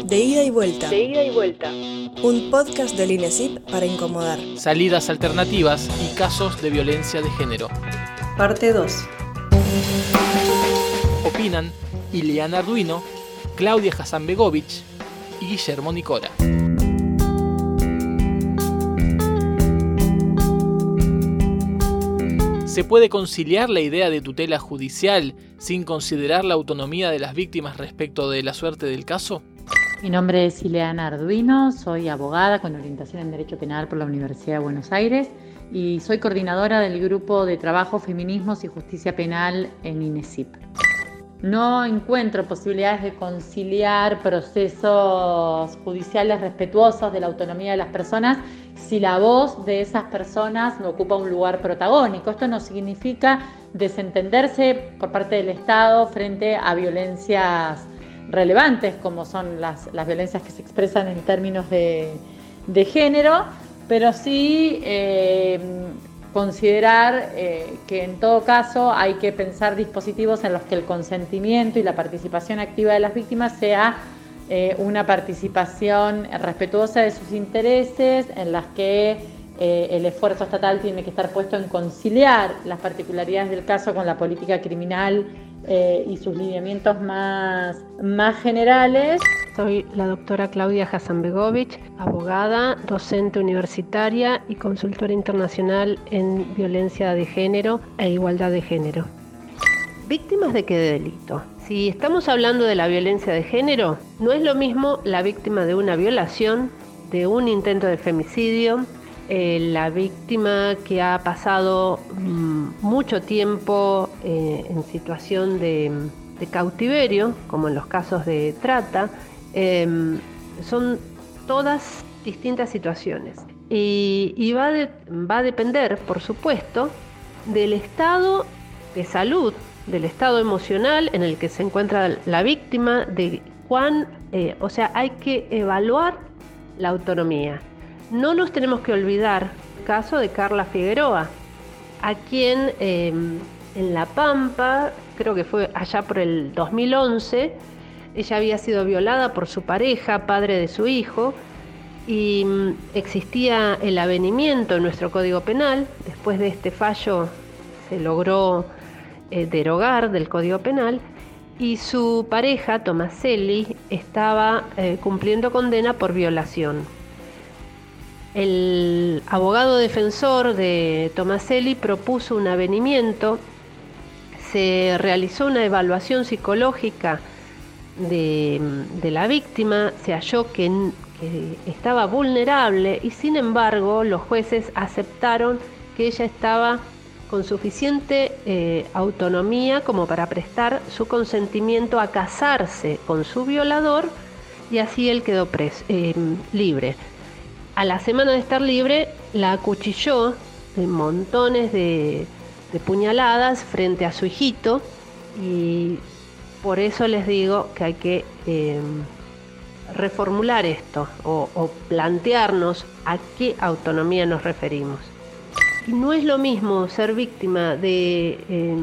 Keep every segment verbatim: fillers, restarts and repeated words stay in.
De ida y vuelta. De ida y vuelta. Un podcast del INESIP para incomodar. Salidas alternativas y casos de violencia de género. Parte dos. Opinan Ileana Arduino, Claudia Hasanbegovich y Guillermo Nicora. ¿Se puede conciliar la idea de tutela judicial sin considerar la autonomía de las víctimas respecto de la suerte del caso? Mi nombre es Ileana Arduino, soy abogada con orientación en Derecho Penal por la Universidad de Buenos Aires y soy coordinadora del Grupo de Trabajo Feminismos y Justicia Penal en INESIP. No encuentro posibilidades de conciliar procesos judiciales respetuosos de la autonomía de las personas si la voz de esas personas no ocupa un lugar protagónico. Esto no significa desentenderse por parte del Estado frente a violencias relevantes como son las, las violencias que se expresan en términos de, de género, pero sí eh, considerar eh, que en todo caso hay que pensar dispositivos en los que el consentimiento y la participación activa de las víctimas sea eh, una participación respetuosa de sus intereses, en las que eh, el esfuerzo estatal tiene que estar puesto en conciliar las particularidades del caso con la política criminal eh, y sus lineamientos más, más generales. Soy la doctora Claudia Hasanbegovich, abogada, docente universitaria y consultora internacional en violencia de género e igualdad de género. ¿Víctimas de qué delito? Si estamos hablando de la violencia de género, no es lo mismo la víctima de una violación, de un intento de femicidio, eh, la víctima que ha pasado mmm, mucho tiempo eh, en situación de, de cautiverio, como en los casos de trata. Eh, son todas distintas situaciones y, y va, de, va a depender, por supuesto, del estado de salud, del estado emocional en el que se encuentra la víctima, de cuán, eh, o sea, hay que evaluar la autonomía. No nos tenemos que olvidar el caso de Carla Figueroa, a quien eh, en La Pampa, creo que fue allá por el dos mil once, ella había sido violada por su pareja, padre de su hijo, y mm, existía el avenimiento en nuestro Código Penal. Después de este fallo se logró eh, derogar del Código Penal, y su pareja, Tomaselli, estaba eh, cumpliendo condena por violación. El abogado defensor de Tomaselli propuso un avenimiento, se realizó una evaluación psicológica De, de la víctima, se halló que, que estaba vulnerable y sin embargo los jueces aceptaron que ella estaba con suficiente eh, autonomía como para prestar su consentimiento a casarse con su violador, y así él quedó preso, eh, libre. A la semana de estar libre la acuchilló de montones de, de puñaladas frente a su hijito, y por eso les digo que hay que eh, reformular esto o, o plantearnos a qué autonomía nos referimos. Y no es lo mismo ser víctima de, eh,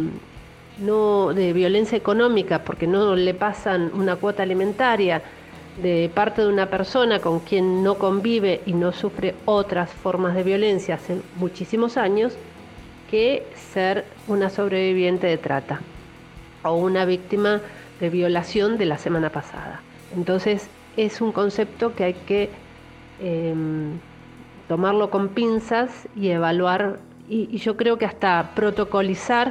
no, de violencia económica porque no le pasan una cuota alimentaria de parte de una persona con quien no convive y no sufre otras formas de violencia hace muchísimos años, que ser una sobreviviente de trata o una víctima de violación de la semana pasada. Entonces es un concepto que hay que eh, tomarlo con pinzas y evaluar, y, y yo creo que hasta protocolizar,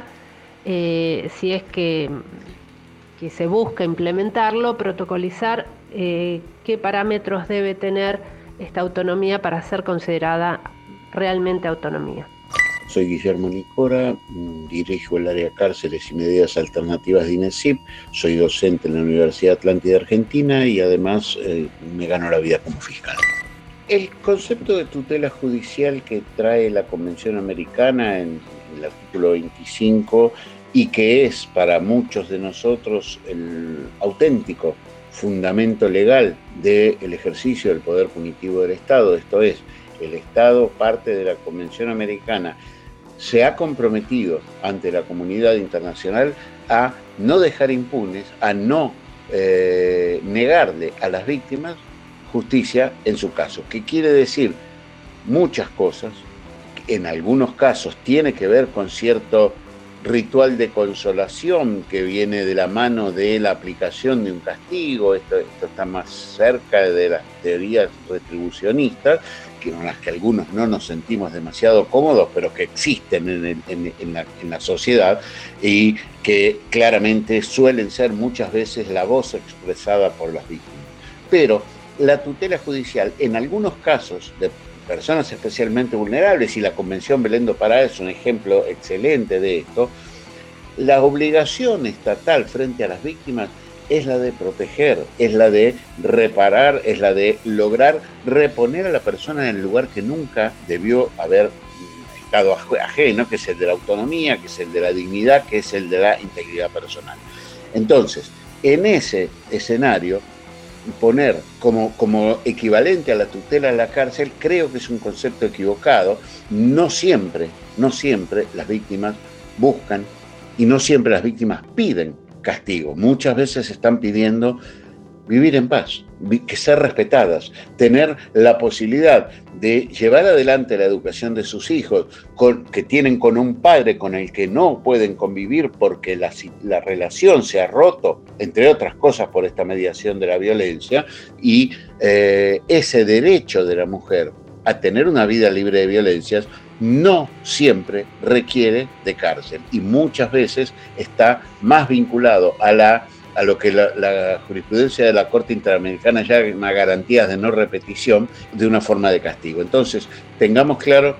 eh, si es que, que se busca implementarlo, protocolizar eh, qué parámetros debe tener esta autonomía para ser considerada realmente autonomía. Soy Guillermo Nicora, dirijo el área Cárceles y Medidas Alternativas de INESIP, soy docente en la Universidad Atlántida Argentina y además eh, me gano la vida como fiscal. El concepto de tutela judicial que trae la Convención Americana en el artículo veinticinco y que es para muchos de nosotros el auténtico fundamento legal del ejercicio del poder punitivo del Estado, esto es, el Estado, parte de la Convención Americana, se ha comprometido ante la comunidad internacional a no dejar impunes, a no eh, negarle a las víctimas justicia en su caso, que quiere decir muchas cosas. En algunos casos tiene que ver con cierto ritual de consolación que viene de la mano de la aplicación de un castigo. Esto, esto está más cerca de las teorías retribucionistas, que con las que algunos no nos sentimos demasiado cómodos, pero que existen en, el, en, en, la, en la sociedad y que claramente suelen ser muchas veces la voz expresada por las víctimas. Pero la tutela judicial, en algunos casos de personas especialmente vulnerables, y la Convención Belén do Pará es un ejemplo excelente de esto, la obligación estatal frente a las víctimas es la de proteger, es la de reparar, es la de lograr reponer a la persona en el lugar que nunca debió haber estado ajeno, que es el de la autonomía, que es el de la dignidad, que es el de la integridad personal. Entonces, en ese escenario, poner como, como equivalente a la tutela en la cárcel, creo que es un concepto equivocado. No siempre, no siempre las víctimas buscan y no siempre las víctimas piden castigo. Muchas veces están pidiendo vivir en paz, que ser respetadas, tener la posibilidad de llevar adelante la educación de sus hijos, con, que tienen con un padre con el que no pueden convivir porque la, la relación se ha roto, entre otras cosas por esta mediación de la violencia, y eh, ese derecho de la mujer a tener una vida libre de violencias no siempre requiere de cárcel y muchas veces está más vinculado a la a lo que la, la jurisprudencia de la Corte Interamericana llama garantías de no repetición, de una forma de castigo. Entonces, tengamos claro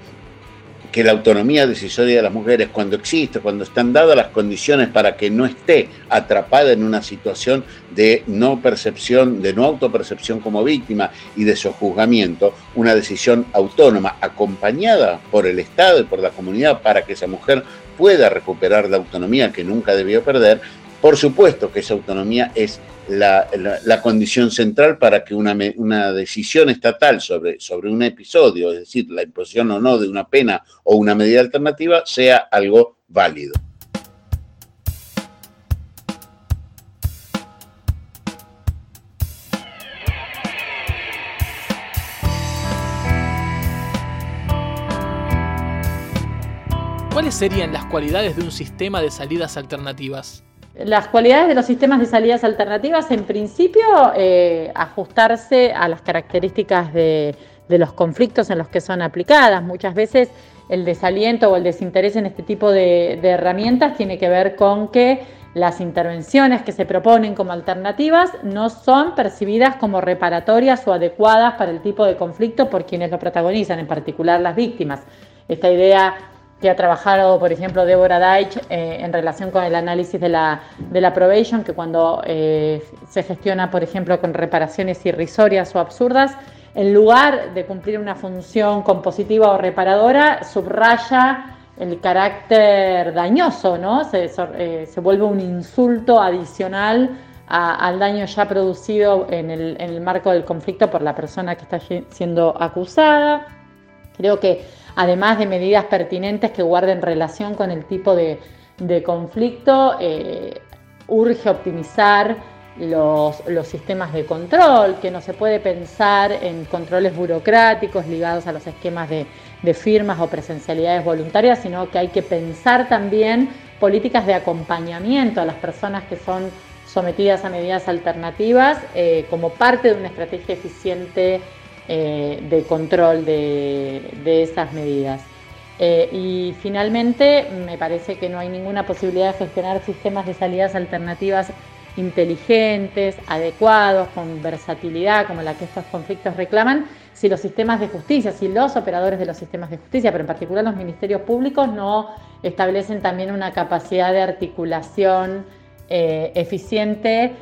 que la autonomía decisoria de las mujeres, cuando existe, cuando están dadas las condiciones para que no esté atrapada en una situación de no percepción, de no autopercepción como víctima y de sojuzgamiento, una decisión autónoma acompañada por el Estado y por la comunidad para que esa mujer pueda recuperar la autonomía que nunca debió perder. Por supuesto que esa autonomía es la, la, la condición central para que una, una decisión estatal sobre, sobre un episodio, es decir, la imposición o no de una pena o una medida alternativa, sea algo válido. ¿Cuáles serían las cualidades de un sistema de salidas alternativas? Las cualidades de los sistemas de salidas alternativas, en principio, eh, ajustarse a las características de, de los conflictos en los que son aplicadas. Muchas veces el desaliento o el desinterés en este tipo de, de herramientas tiene que ver con que las intervenciones que se proponen como alternativas no son percibidas como reparatorias o adecuadas para el tipo de conflicto por quienes lo protagonizan, en particular las víctimas. Esta idea que ha trabajado, por ejemplo, Débora Deitch eh, en relación con el análisis de la, de la probation, que cuando eh, se gestiona, por ejemplo, con reparaciones irrisorias o absurdas, en lugar de cumplir una función compositiva o reparadora, subraya el carácter dañoso, ¿no? Se, eh, se vuelve un insulto adicional a, al daño ya producido en el, en el marco del conflicto por la persona que está siendo acusada. Creo que además de medidas pertinentes que guarden relación con el tipo de, de conflicto, eh, urge optimizar los, los sistemas de control, que no se puede pensar en controles burocráticos ligados a los esquemas de, de firmas o presencialidades voluntarias, sino que hay que pensar también políticas de acompañamiento a las personas que son sometidas a medidas alternativas eh, como parte de una estrategia eficiente Eh, de control de, de esas medidas. Eh, y finalmente, me parece que no hay ninguna posibilidad de gestionar sistemas de salidas alternativas inteligentes, adecuados, con versatilidad, como la que estos conflictos reclaman, si los sistemas de justicia, si los operadores de los sistemas de justicia, pero en particular los ministerios públicos, no establecen también una capacidad de articulación eh, eficiente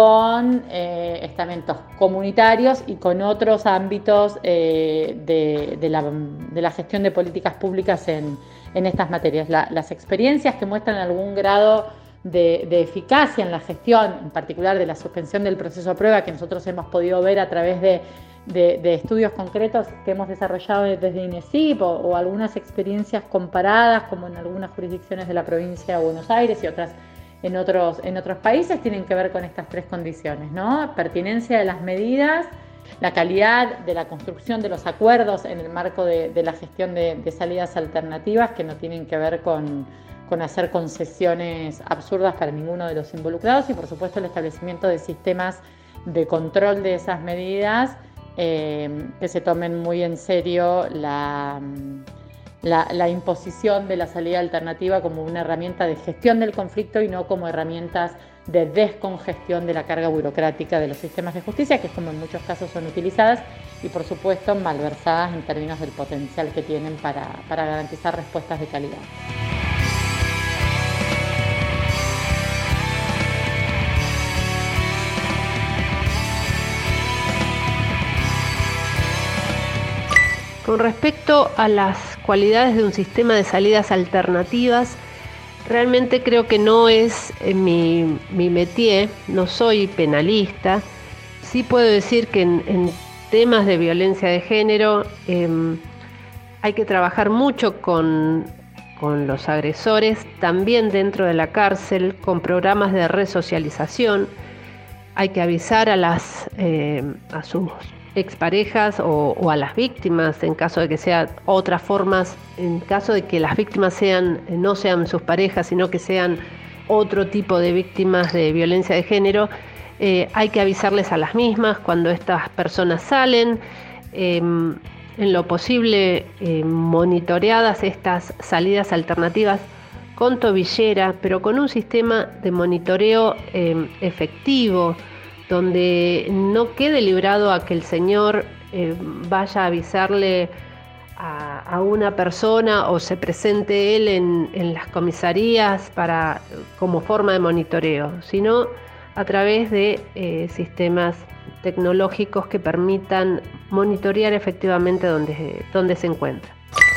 con eh, estamentos comunitarios y con otros ámbitos eh, de, de, la, de la gestión de políticas públicas en, en estas materias. La, las experiencias que muestran algún grado de, de eficacia en la gestión, en particular de la suspensión del proceso a prueba, que nosotros hemos podido ver a través de, de, de estudios concretos que hemos desarrollado desde INESIP o, o algunas experiencias comparadas, como en algunas jurisdicciones de la provincia de Buenos Aires y otras en otros, en otros países tienen que ver con estas tres condiciones, ¿no? Pertinencia de las medidas, la calidad de la construcción de los acuerdos en el marco de, de la gestión de, de salidas alternativas, que no tienen que ver con, con hacer concesiones absurdas para ninguno de los involucrados, y por supuesto el establecimiento de sistemas de control de esas medidas, eh, que se tomen muy en serio la... La, la imposición de la salida alternativa como una herramienta de gestión del conflicto y no como herramientas de descongestión de la carga burocrática de los sistemas de justicia, que es como en muchos casos son utilizadas, y por supuesto malversadas en términos del potencial que tienen para, para garantizar respuestas de calidad. Con respecto a las cualidades de un sistema de salidas alternativas, realmente creo que no es mi, mi métier, no soy penalista. Sí puedo decir que en, en temas de violencia de género eh, hay que trabajar mucho con, con los agresores, también dentro de la cárcel, con programas de resocialización. Hay que avisar a, las, eh, a sus exparejas o, o a las víctimas en caso de que sean otras formas, en caso de que las víctimas sean no sean sus parejas, sino que sean otro tipo de víctimas de violencia de género, eh, hay que avisarles a las mismas cuando estas personas salen, eh, en lo posible eh, monitoreadas estas salidas alternativas con tobillera, pero con un sistema de monitoreo eh, efectivo, donde no quede librado a que el señor eh, vaya a avisarle a, a una persona o se presente él en, en las comisarías para, como forma de monitoreo, sino a través de eh, sistemas tecnológicos que permitan monitorear efectivamente dónde, dónde se encuentra.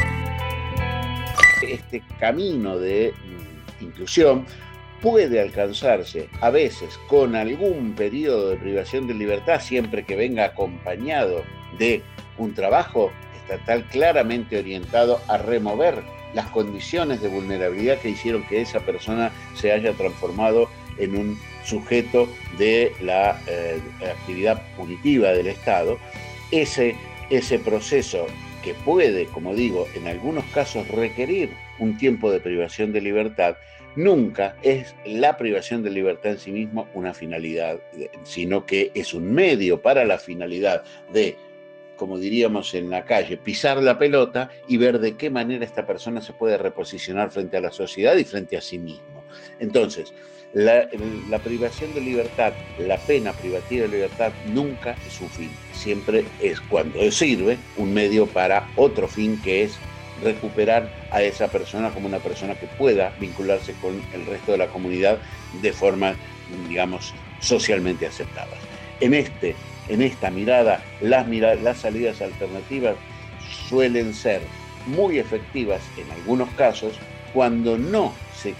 Este camino de inclusión puede alcanzarse a veces con algún periodo de privación de libertad, siempre que venga acompañado de un trabajo estatal claramente orientado a remover las condiciones de vulnerabilidad que hicieron que esa persona se haya transformado en un sujeto de la eh, actividad punitiva del Estado. Ese, ese proceso que puede, como digo, en algunos casos requerir un tiempo de privación de libertad, nunca es la privación de libertad en sí misma una finalidad, sino que es un medio para la finalidad de, como diríamos en la calle, pisar la pelota y ver de qué manera esta persona se puede reposicionar frente a la sociedad y frente a sí mismo. Entonces, la, la privación de libertad, la pena privativa de libertad nunca es un fin, siempre es, cuando sirve, un medio para otro fin, que es recuperar a esa persona como una persona que pueda vincularse con el resto de la comunidad de forma, digamos, socialmente aceptada. En, este, en esta mirada, las, mira, las salidas alternativas suelen ser muy efectivas en algunos casos cuando no, se,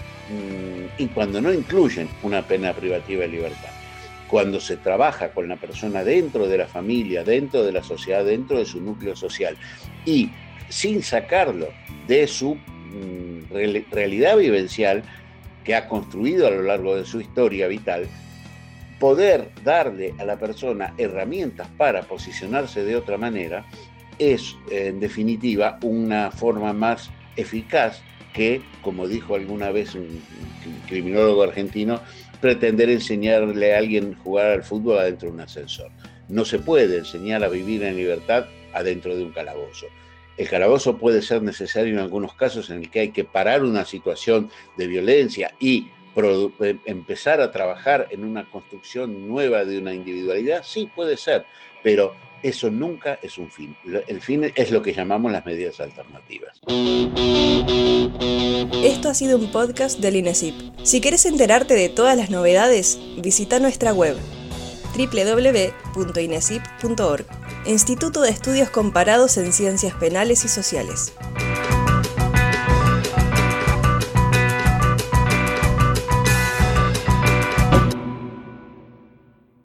y cuando no incluyen una pena privativa de libertad. Cuando se trabaja con la persona dentro de la familia, dentro de la sociedad, dentro de su núcleo social, y sin sacarlo de su mm, real, realidad vivencial que ha construido a lo largo de su historia vital, poder darle a la persona herramientas para posicionarse de otra manera es, en definitiva, una forma más eficaz que, como dijo alguna vez un, un criminólogo argentino, pretender enseñarle a alguien a jugar al fútbol adentro de un ascensor. No se puede enseñar a vivir en libertad adentro de un calabozo. El calabozo puede ser necesario en algunos casos en el que hay que parar una situación de violencia y empezar a trabajar en una construcción nueva de una individualidad. Sí, puede ser, pero eso nunca es un fin. El fin es lo que llamamos las medidas alternativas. Esto ha sido un podcast del INESIP. Si querés enterarte de todas las novedades, visita nuestra web doble u doble u doble u punto inesip punto org, Instituto de Estudios Comparados en Ciencias Penales y Sociales.